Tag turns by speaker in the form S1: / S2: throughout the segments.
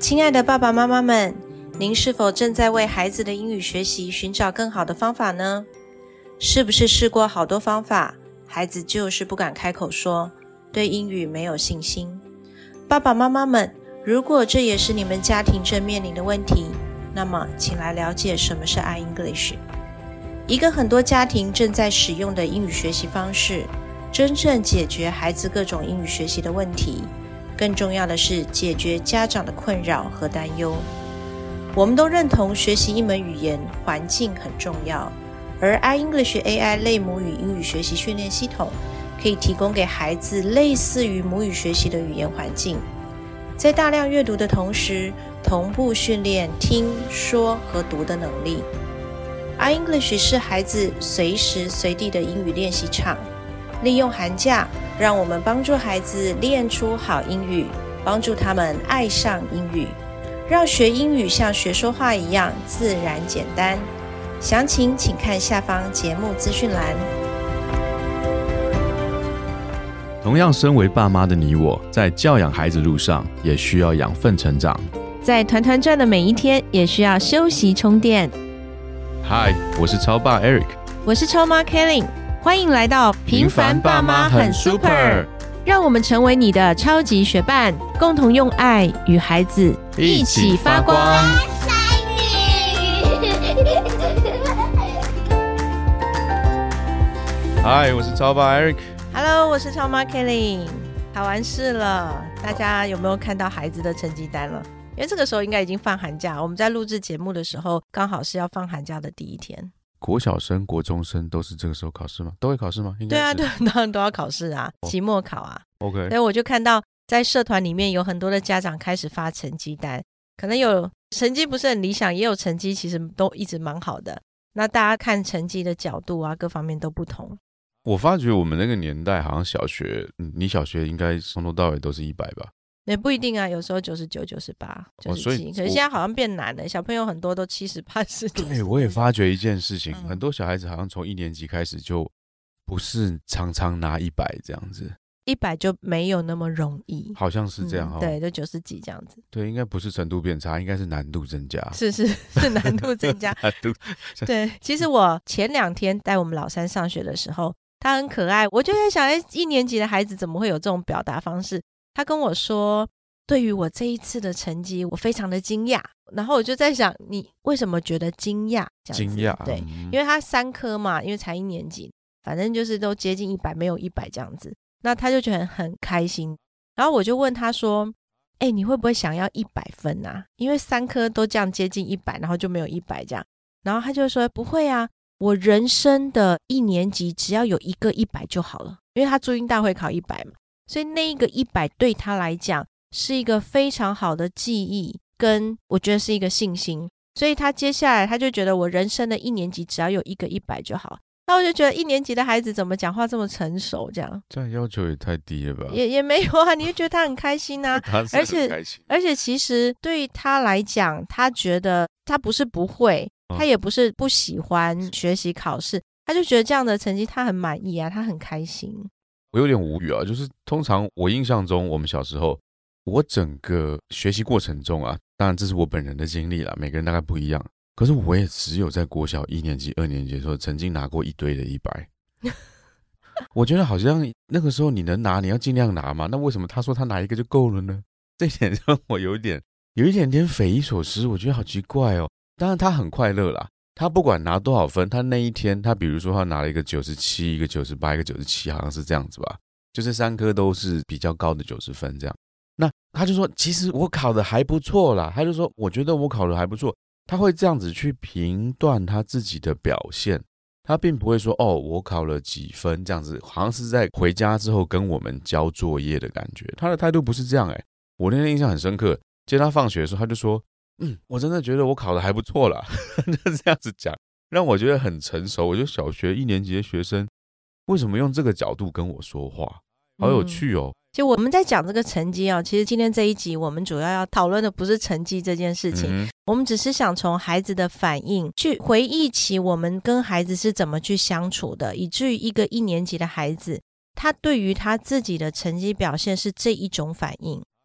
S1: 亲爱的爸爸妈妈们，您是否正在为孩子的英语学习寻找更好的方法呢？是不是试过好多方法，孩子就是不敢开口说，对英语没有信心？爸爸妈妈们，如果这也是你们家庭正面临的问题，那么请来了解什么是 iEnglish， 一个很多家庭正在使用的英语学习方式，真正解决孩子各种英语学习的问题，更重要的是解决家长的困扰和担忧。我们都认同学习一门语言环境很重要，而 iEnglish AI 类母语英语学习训练系统可以提供给孩子类似于母语学习的语言环境，在大量阅读的同时，同步训练听、说和读的能力。iEnglish 是孩子随时随地的英语练习场，利用寒假，让我们帮助孩子练出好英语，帮助他们爱上英语，让学英语像学说话一样自然简单。详情请看下方节目资讯栏。
S2: 同样身为爸妈的你我，在教养孩子路上也需要养分成长，
S1: 在团团转的每一天也需要休息充电。
S2: 嗨，我是超爸 Eric，
S1: 我是超妈 Kelly， 欢迎来到平凡爸妈很 super， 让我们成为你的超级学伴，共同用爱与孩子一起发光。
S2: 嗨，我是超爸 Eric。Hello，
S1: 我是超妈 Kelly。考完试了，大家有没有看到孩子的成绩单了？因为这个时候应该已经放寒假，我们在录制节目的时候，刚好是要放寒假的第一天。
S2: 国小生、国中生都是这个时候考试吗？都会考试吗？应该是。
S1: 对啊，当然都要考试啊，期末考啊。
S2: OK。
S1: 所以我就看到在社团里面有很多的家长开始发成绩单，可能有成绩不是很理想，也有成绩其实都一直蛮好的。那大家看成绩的角度啊，各方面都不同。
S2: 我发觉我们那个年代好像小学，你小学应该从头到尾都是100吧？
S1: 也不一定啊，有时候99、98、97，可是现在好像变难了，小朋友很多都70、80。
S2: 对，我也发觉一件事情，很多小孩子好像从1年级开始就不是常常拿100这样子
S1: ，100就没有那么容易，
S2: 好像是这样
S1: 对，就90几这样子。
S2: 对，应该不是程度变差，应该是难度增加。
S1: 是难度增加。对，其实我前2天带我们老三上学的时候，他很可爱，我就在想，1年级的孩子怎么会有这种表达方式？他跟我说，对于我这一次的成绩，我非常的惊讶。然后我就在想，你为什么觉得惊讶？
S2: 惊讶，
S1: 对，因为他3科嘛，因为才1年级，反正就是都接近100，没有100这样子。那他就觉得很开心。然后我就问他说，你会不会想要100分啊？因为3科都这样接近100，然后就没有100这样。然后他就说，不会啊，我人生的1年级只要有一个100就好了，因为他注音大会考100嘛，所以那一个100对他来讲是一个非常好的记忆，跟我觉得是一个信心，所以他接下来他就觉得我人生的1年级只要有一个100就好。那我就觉得1年级的孩子怎么讲话这么成熟，这样
S2: 要求也太低了吧？
S1: 也没有啊，你就觉得他很开心啊。
S2: 他是很开心，
S1: 而且其实对他来讲，他觉得他不是不会，他也不是不喜欢学习考试，他就觉得这样的成绩他很满意啊，他很开心。
S2: 我有点无语啊，就是通常我印象中，我们小时候，我整个学习过程中啊，当然这是我本人的经历啦，每个人大概不一样。可是我也只有在国小1年级、2年级的时候，曾经拿过一堆的100。我觉得好像那个时候你能拿，你要尽量拿嘛。那为什么他说他拿一个就够了呢？这一点让我有一点匪夷所思，我觉得好奇怪哦。当然他很快乐啦，他不管拿多少分，他那一天他比如说他拿了一个97、一个98、一个97，好像是这样子吧，就是3科都是比较高的90分这样。那他就说其实我考的还不错啦，他就说我觉得我考的还不错，他会这样子去评断他自己的表现，他并不会说我考了几分这样子，好像是在回家之后跟我们交作业的感觉。他的态度不是这样我那天印象很深刻，接他放学的时候他就说我真的觉得我考的还不错啦就这样子讲，让我觉得很成熟。我觉得小学1年级的学生为什么用这个角度跟我说话，好有趣哦。
S1: 其实我们在讲这个成绩其实今天这一集我们主要讨论的不是成绩这件事情，我们只是想从孩子的反应去回忆起我们跟孩子是怎么去相处的，以至于一个1年级的孩子他对于他自己的成绩表现是这一种反应。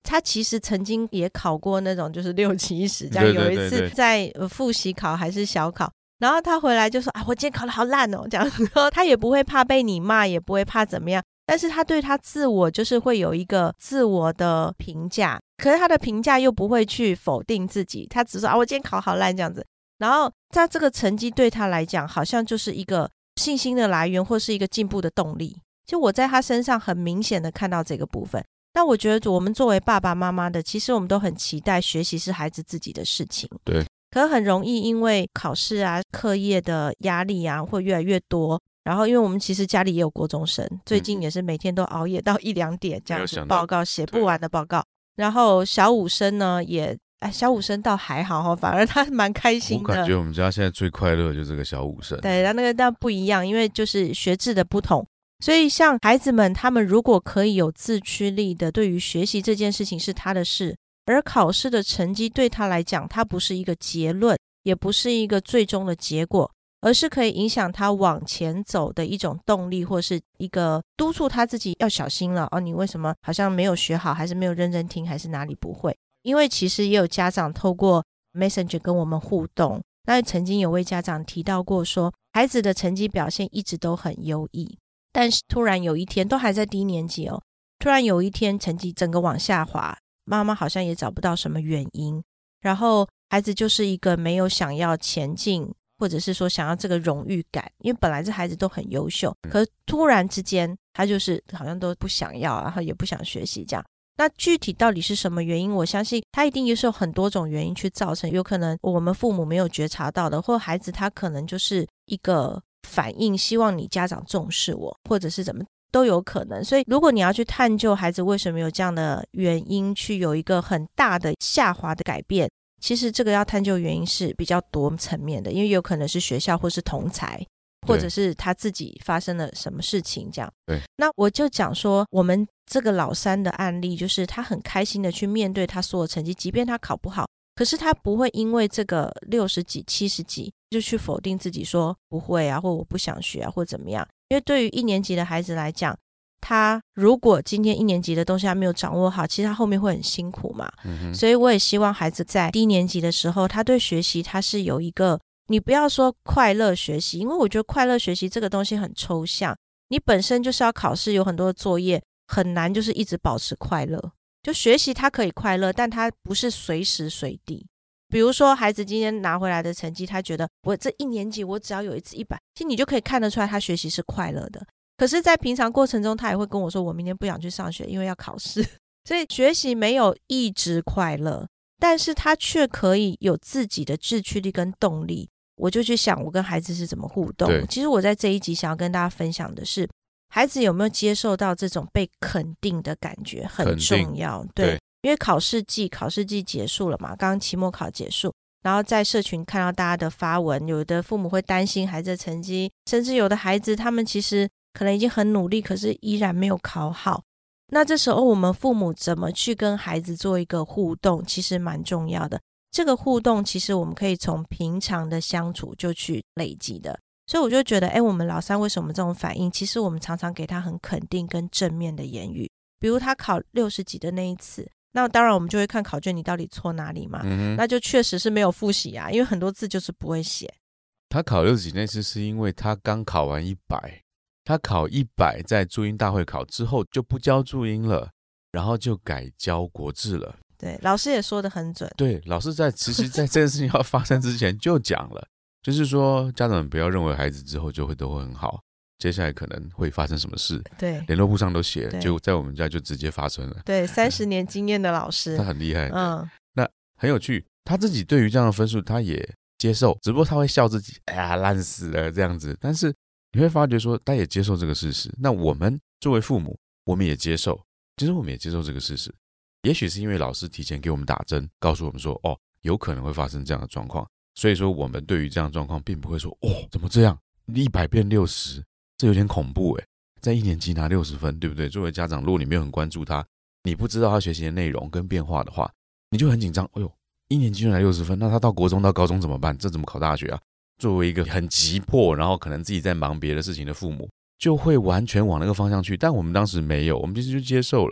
S1: 他其实曾经也考过那种就是6、7十这样，有一次在复习考还是小考，然后他回来就说啊，我今天考得好烂哦，这样，然后他也不会怕被你骂，也不会怕怎么样，但是他对他自我就是会有一个自我的评价，可是他的评价又不会去否定自己，他只说啊，我今天考好烂这样子，然后在这个成绩对他来讲好像就是一个信心的来源或是一个进步的动力，就我在他身上很明显的看到这个部分。那我觉得我们作为爸爸妈妈的，其实我们都很期待学习是孩子自己的事情，
S2: 对，
S1: 可是很容易因为考试啊课业的压力啊会越来越多，然后因为我们其实家里也有国中生，最近也是每天都熬夜到1、2点这样子，报告写不完的报告，然后小五生呢也小五生倒还好，反而他蛮开心的。
S2: 我感觉我们家现在最快乐的就是这个小五生。
S1: 对，那个但不一样，因为就是学制的不同，所以像孩子们他们如果可以有自驱力的，对于学习这件事情是他的事，而考试的成绩对他来讲它不是一个结论，也不是一个最终的结果，而是可以影响他往前走的一种动力，或是一个督促他自己要小心了哦，你为什么好像没有学好，还是没有认真听，还是哪里不会。因为其实也有家长透过 Messenger 跟我们互动，那曾经有位家长提到过说，孩子的成绩表现一直都很优异，但是突然有一天都还在低年级哦，突然有一天成绩整个往下滑，妈妈好像也找不到什么原因，然后孩子就是一个没有想要前进，或者是说想要这个荣誉感，因为本来这孩子都很优秀，可是突然之间他就是好像都不想要，然后也不想学习这样。那具体到底是什么原因，我相信他一定也是有很多种原因去造成，有可能我们父母没有觉察到的，或孩子他可能就是一个反应，希望你家长重视我，或者是怎么都有可能。所以如果你要去探究孩子为什么有这样的原因，去有一个很大的下滑的改变，其实这个要探究原因是比较多层面的，因为有可能是学校或是同侪，或者是他自己发生了什么事情这样。
S2: 对，
S1: 那我就讲说我们这个老三的案例，就是他很开心的去面对他所有成绩，即便他考不好，可是他不会因为这个60几70几就去否定自己说不会啊，或我不想学啊，或怎么样。因为对于1年级的孩子来讲，他如果今天1年级的东西他没有掌握好，其实他后面会很辛苦嘛。所以我也希望孩子在低年级的时候，他对学习他是有一个，你不要说快乐学习，因为我觉得快乐学习这个东西很抽象，你本身就是要考试，有很多的作业，很难就是一直保持快乐。就学习它可以快乐，但它不是随时随地。比如说孩子今天拿回来的成绩，他觉得我这1年级我只要有一次100，其实你就可以看得出来他学习是快乐的。可是在平常过程中他也会跟我说，我明天不想去上学，因为要考试。所以学习没有一直快乐，但是他却可以有自己的志趣力跟动力。我就去想我跟孩子是怎么互动。其实我在这一集想要跟大家分享的是，孩子有没有接受到这种被肯定的感觉很重要。 对，因为考试季结束了嘛，刚刚期末考结束，然后在社群看到大家的发文，有的父母会担心孩子的成绩，甚至有的孩子他们其实可能已经很努力，可是依然没有考好。那这时候我们父母怎么去跟孩子做一个互动，其实蛮重要的。这个互动其实我们可以从平常的相处就去累积的。所以我就觉得我们老三为什么这种反应，其实我们常常给他很肯定跟正面的言语。比如他考60几的那一次，那当然我们就会看考卷你到底错哪里嘛。那就确实是没有复习啊，因为很多字就是不会写。
S2: 他考60几那次是因为他刚考完100，他考100在注音大会考之后就不教注音了，然后就改教国字了。
S1: 对，老师也说得很准。
S2: 对，老师其实在这件事情要发生之前就讲了，就是说家长们不要认为孩子之后都会很好，接下来可能会发生什么事。
S1: 对，
S2: 联络簿上都写了，结果在我们家就直接发生了。
S1: 对，30年经验的老师，
S2: 他很厉害。那很有趣，他自己对于这样的分数他也接受，只不过他会笑自己，哎呀烂死了这样子。但是你会发觉说他也接受这个事实。那我们作为父母，我们也接受，其实我们也接受这个事实。也许是因为老师提前给我们打针，告诉我们说有可能会发生这样的状况，所以说我们对于这样的状况并不会说怎么这样100变60，这有点恐怖在1年级拿60分，对不对？作为家长，如果你没有很关注他，你不知道他学习的内容跟变化的话，你就很紧张。1年级就拿60分，那他到国中到高中怎么办？这怎么考大学啊？作为一个很急迫，然后可能自己在忙别的事情的父母，就会完全往那个方向去。但我们当时没有，我们其实就接受了。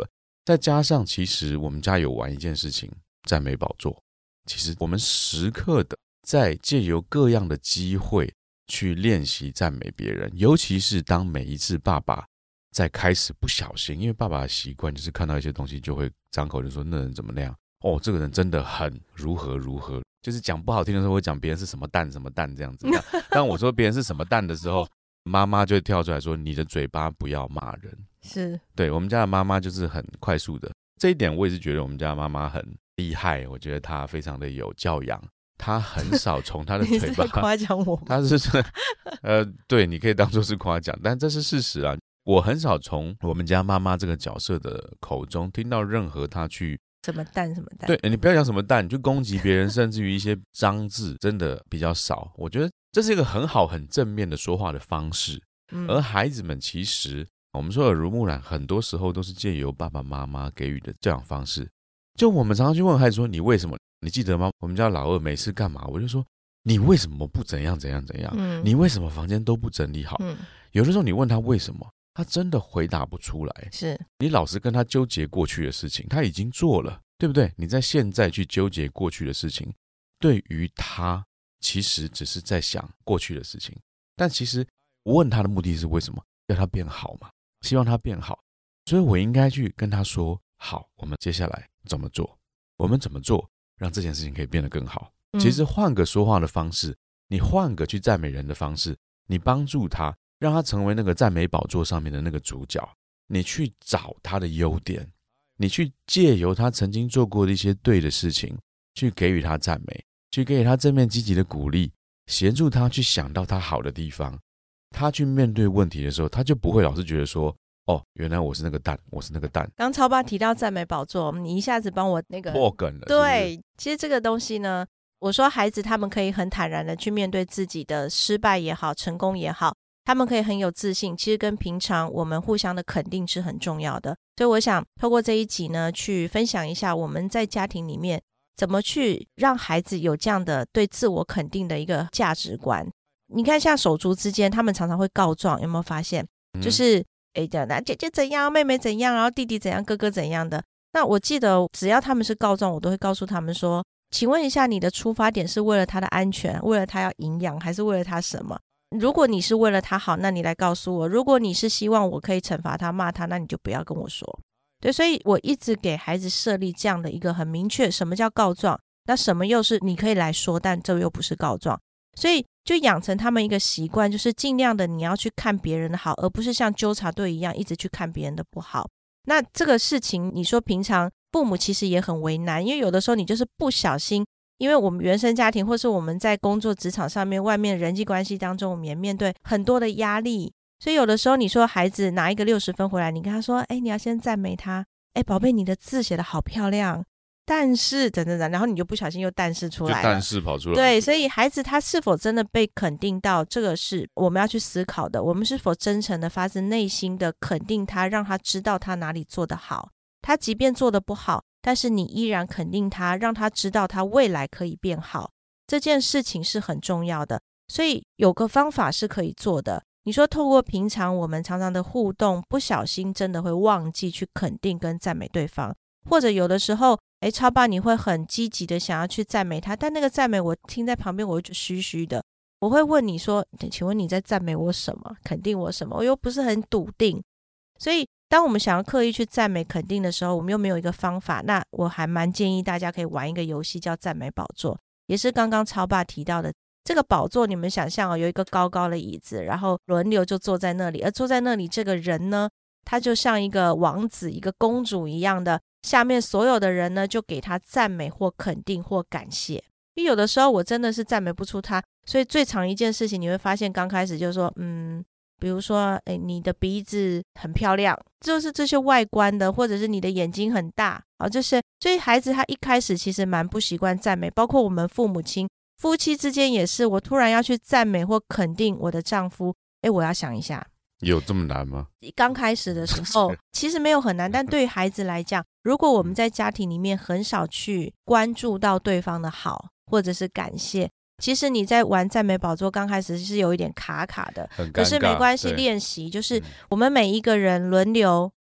S2: 再加上其实我们家有玩一件事情，赞美宝座。其实我们时刻的在借由各样的机会去练习赞美别人，尤其是当每一次爸爸在开始不小心，因为爸爸的习惯就是看到一些东西就会张口就说那人怎么那样，这个人真的很如何如何，就是讲不好听的时候会讲别人是什么蛋什么蛋这样子。当我说别人是什么蛋的时候，妈妈就会跳出来说你的嘴巴不要骂人。
S1: 是，对，
S2: 我们家的妈妈就是很快速的，这一点我也是觉得我们家的妈妈很厉害，我觉得她非常的有教养，她很少从她的嘴巴
S1: 你是在夸奖我吗？
S2: 她是对，你可以当作是夸奖，但这是事实啊。我很少从我们家妈妈这个角色的口中听到任何她去
S1: 什么蛋什么蛋，
S2: 对，你不要讲什么蛋，你去攻击别人，甚至于一些脏字，真的比较少。我觉得这是一个很好很正面的说话的方式。而孩子们其实我们说耳濡目染，很多时候都是借由爸爸妈妈给予的教养方式。就我们常常去问孩子说你为什么，你记得吗？我们家老二每次干嘛我就说你为什么不怎样怎样怎样，你为什么房间都不整理好，有的时候你问他为什么，他真的回答不出来。
S1: 是
S2: 你老是跟他纠结过去的事情，他已经做了，对不对？你在现在去纠结过去的事情，对于他其实只是在想过去的事情。但其实我问他的目的是为什么？要他变好嘛，希望他变好。所以我应该去跟他说，好，我们接下来怎么做？我们怎么做让这件事情可以变得更好？其实换个说话的方式，你换个去赞美人的方式，你帮助他，让他成为那个赞美宝座上面的那个主角。你去找他的优点，你去借由他曾经做过的一些对的事情，去给予他赞美，去给予他正面积极的鼓励，协助他去想到他好的地方。他去面对问题的时候，他就不会老是觉得说，原来我是那个蛋，我是那个蛋。
S1: 刚超爸提到赞美宝座，你一下子帮我那个
S2: 破梗了。
S1: 对，
S2: 是不是？
S1: 其实这个东西呢，我说孩子他们可以很坦然的去面对自己的失败也好，成功也好，他们可以很有自信，其实跟平常我们互相的肯定是很重要的。所以我想透过这一集呢，去分享一下我们在家庭里面怎么去让孩子有这样的对自我肯定的一个价值观。你看像手足之间，他们常常会告状，有没有发现？就是那姐姐怎样，妹妹怎样，然后弟弟怎样，哥哥怎样的。那我记得只要他们是告状，我都会告诉他们说，请问一下你的出发点是为了他的安全，为了他要营养，还是为了他什么？如果你是为了他好，那你来告诉我。如果你是希望我可以惩罚他骂他，那你就不要跟我说。对，所以我一直给孩子设立这样的一个很明确，什么叫告状，那什么又是你可以来说，但这又不是告状。所以就养成他们一个习惯，就是尽量的你要去看别人的好，而不是像纠察队一样一直去看别人的不好。那这个事情你说平常父母其实也很为难，因为有的时候你就是不小心，因为我们原生家庭或是我们在工作职场上面外面人际关系当中，我们也面对很多的压力，所以有的时候你说孩子拿一个60分回来，你跟他说你要先赞美他，宝贝你的字写得好漂亮，但是等，然后你就不小心又但是出来了，
S2: 就但是跑出来。
S1: 对，所以孩子他是否真的被肯定到，这个是我们要去思考的。我们是否真诚的发自内心的肯定他，让他知道他哪里做得好，他即便做得不好，但是你依然肯定他，让他知道他未来可以变好，这件事情是很重要的。所以有个方法是可以做的。你说透过平常我们常常的互动，不小心真的会忘记去肯定跟赞美对方，或者有的时候超爸你会很积极的想要去赞美他，但那个赞美我听在旁边我就虚虚的，我会问你说，请问你在赞美我什么，肯定我什么？我又不是很笃定。所以当我们想要刻意去赞美肯定的时候，我们又没有一个方法，那我还蛮建议大家可以玩一个游戏叫赞美宝座，也是刚刚超爸提到的。这个宝座你们想象有一个高高的椅子，然后轮流就坐在那里，而坐在那里这个人呢，他就像一个王子一个公主一样的，下面所有的人呢就给他赞美或肯定或感谢。因为有的时候我真的是赞美不出他，所以最常一件事情你会发现刚开始就是说比如说你的鼻子很漂亮，就是这些外观的，或者是你的眼睛很大这些，所以孩子他一开始其实蛮不习惯赞美，包括我们父母亲夫妻之间也是，我突然要去赞美或肯定我的丈夫，我要想一下，
S2: 有这么难吗？
S1: 刚开始的时候其实没有很难，但对于孩子来讲，如果我们在家庭里面很少去关注到对方的好或者是感谢，其实你在玩赞美宝座刚开始是有一点卡卡的，
S2: 很尴尬，
S1: 可是没关系，练习就是我们每一个人轮流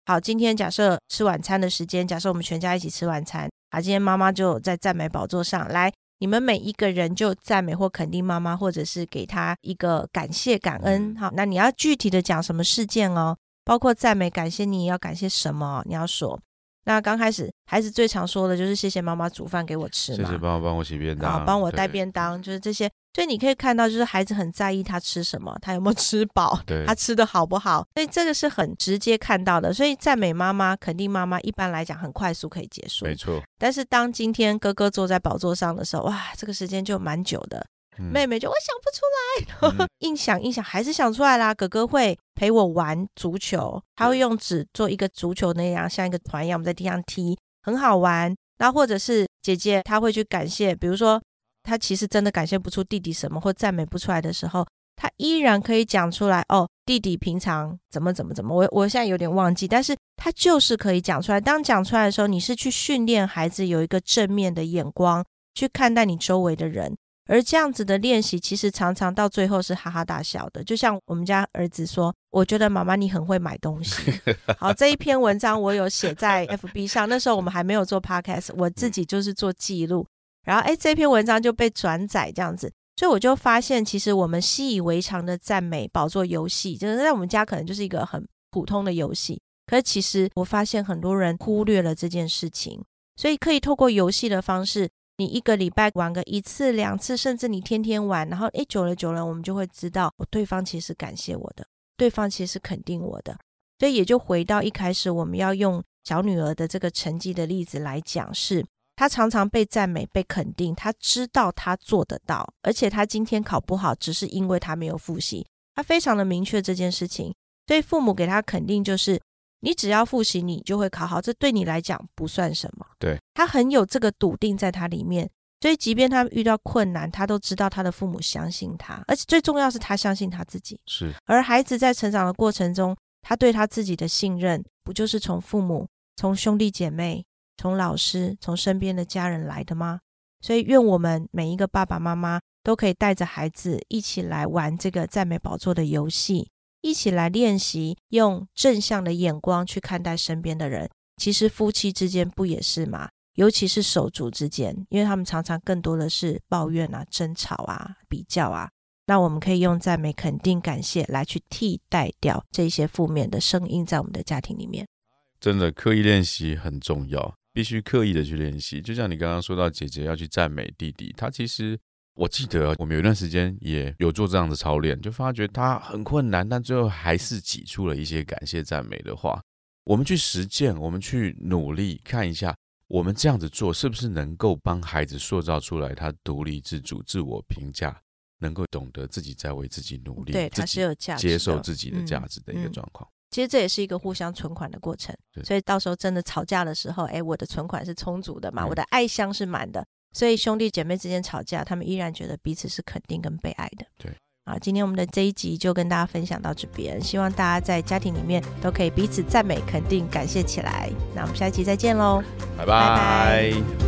S1: 好，今天假设吃晚餐的时间，假设我们全家一起吃晚餐，好，今天妈妈就在赞美宝座上来，你们每一个人就赞美或肯定妈妈，或者是给她一个感谢感恩。好，那你要具体的讲什么事件哦，包括赞美感谢，你要感谢什么你要说。那刚开始孩子最常说的就是谢谢妈妈煮饭给我吃嘛，
S2: 谢谢妈妈帮我洗便当，
S1: 帮我带便当，就是这些。所以你可以看到就是孩子很在意他吃什么，他有没有吃饱，他吃的好不好，所以这个是很直接看到的。所以赞美妈妈肯定妈妈一般来讲很快速可以结束，
S2: 没错。
S1: 但是当今天哥哥坐在宝座上的时候，哇，这个时间就蛮久的，妹妹就我想不出来，硬想还是想出来啦。哥哥会陪我玩足球，他会用纸做一个足球那样像一个团一样，我们在地上踢，很好玩。然后或者是姐姐她会去感谢，比如说她其实真的感谢不出弟弟什么或赞美不出来的时候，她依然可以讲出来，哦，弟弟平常怎么我现在有点忘记，但是她就是可以讲出来。当讲出来的时候，你是去训练孩子有一个正面的眼光去看待你周围的人，而这样子的练习其实常常到最后是哈哈大笑的。就像我们家儿子说，我觉得妈妈你很会买东西。好，这一篇文章我有写在 FB 上，那时候我们还没有做 podcast， 我自己就是做记录，然后这篇文章就被转载这样子。所以我就发现其实我们习以为常的赞美宝座游戏，就是在我们家可能就是一个很普通的游戏，可是其实我发现很多人忽略了这件事情。所以可以透过游戏的方式，你一个礼拜玩个1次2次，甚至你天天玩，然后久了我们就会知道，对方其实是感谢我的，对方其实是肯定我的。所以也就回到一开始我们要用小女儿的这个成绩的例子来讲，是她常常被赞美被肯定，她知道她做得到，而且她今天考不好只是因为她没有复习，她非常的明确这件事情。所以父母给她肯定就是你只要复习你就会考好，这对你来讲不算什么。
S2: 对，
S1: 他很有这个笃定在他里面，所以即便他遇到困难，他都知道他的父母相信他，而且最重要是他相信他自己。
S2: 是，
S1: 而孩子在成长的过程中，他对他自己的信任不就是从父母、从兄弟姐妹、从老师、从身边的家人来的吗？所以愿我们每一个爸爸妈妈都可以带着孩子一起来玩这个赞美宝座的游戏，一起来练习用正向的眼光去看待身边的人。其实夫妻之间不也是吗？尤其是手足之间，因为他们常常更多的是抱怨啊、争吵啊、比较啊。那我们可以用赞美、肯定、感谢来去替代掉这些负面的声音在我们的家庭里面。
S2: 真的，刻意练习很重要，必须刻意的去练习。就像你刚刚说到姐姐要去赞美弟弟，他其实我记得我们有一段时间也有做这样的操练，就发觉他很困难，但最后还是挤出了一些感谢赞美的话。我们去实践，我们去努力看一下，我们这样子做是不是能够帮孩子塑造出来他独立自主、自我评价，能够懂得自己在为自己努力，
S1: 对，他是有价值的，
S2: 接受自己的价值的一个状况。
S1: 其实这也是一个互相存款的过程，所以到时候真的吵架的时候，我的存款是充足的嘛，我的爱箱是满的，所以兄弟姐妹之间吵架，他们依然觉得彼此是肯定跟被爱的。
S2: 对。
S1: 好，今天我们的这一集就跟大家分享到这边，希望大家在家庭里面都可以彼此赞美、肯定、感谢起来。那我们下一集再见咯，
S2: 拜拜。